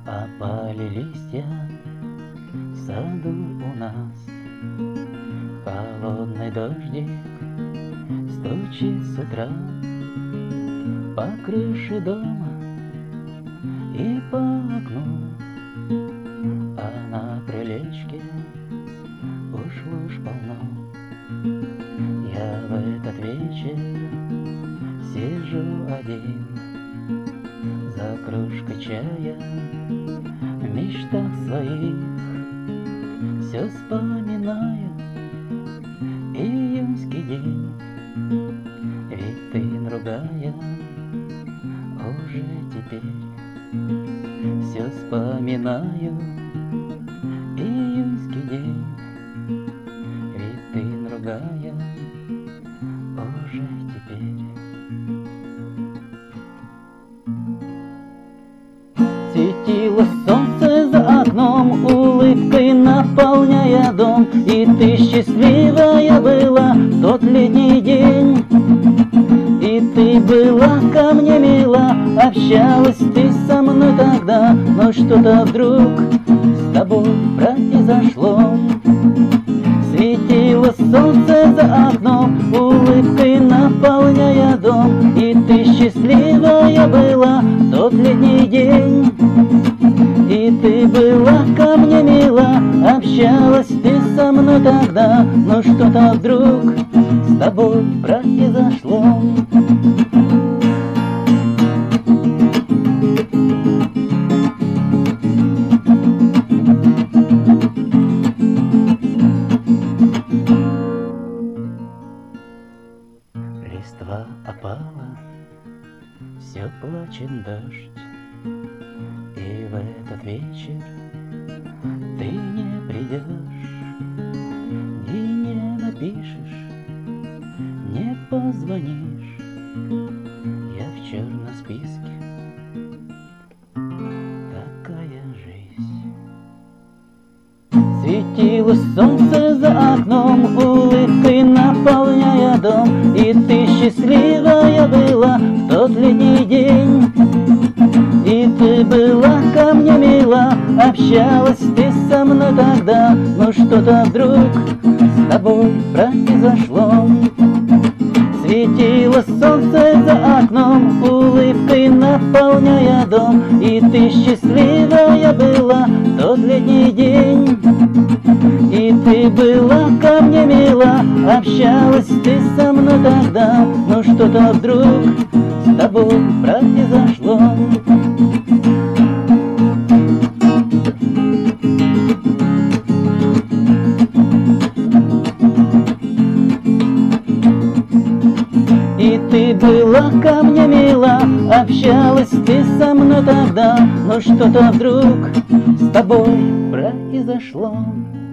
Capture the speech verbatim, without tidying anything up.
Опали листья в саду у нас, холодный дождик стучит с утра по крыше дома и по окну, а на крылечке уж луж полно. Я в этот вечер сижу один за кружкой чая, в мечтах своих все вспоминаю июньский день. Ведь ты, другая, уже теперь все вспоминаю июньский день. Ведь ты, другая, уже теперь. Светило солнце за окном, улыбкой наполняя дом, и ты счастливая была в тот летний день. И ты была ко мне мила, общалась ты со мной тогда, но что-то вдруг с тобой произошло. Светило солнце за окном, улыбкой наполняя дом, и ты счастливая была в тот летний день. И ты была ко мне мила, общалась ты со мной тогда, но что-то вдруг с тобой произошло. Листва опала, все плачет дождь, и в этот вечер ты не придешь и не напишешь, не позвонишь. Я в черном списке, такая жизнь. Светило солнце за окном, улыбкой наполняя дом, и ты счастливая была в тот летний день. И ты была ко мне мила, общалась ты со мной тогда, но что-то вдруг с тобой произошло. Светило солнце за окном, улыбкой наполняя дом, и ты счастливая была в тот летний день. И ты была ко мне мила, общалась ты со мной тогда, но что-то вдруг с тобой произошло. И ты была ко мне мила, общалась ты со мной тогда, но что-то вдруг с тобой произошло.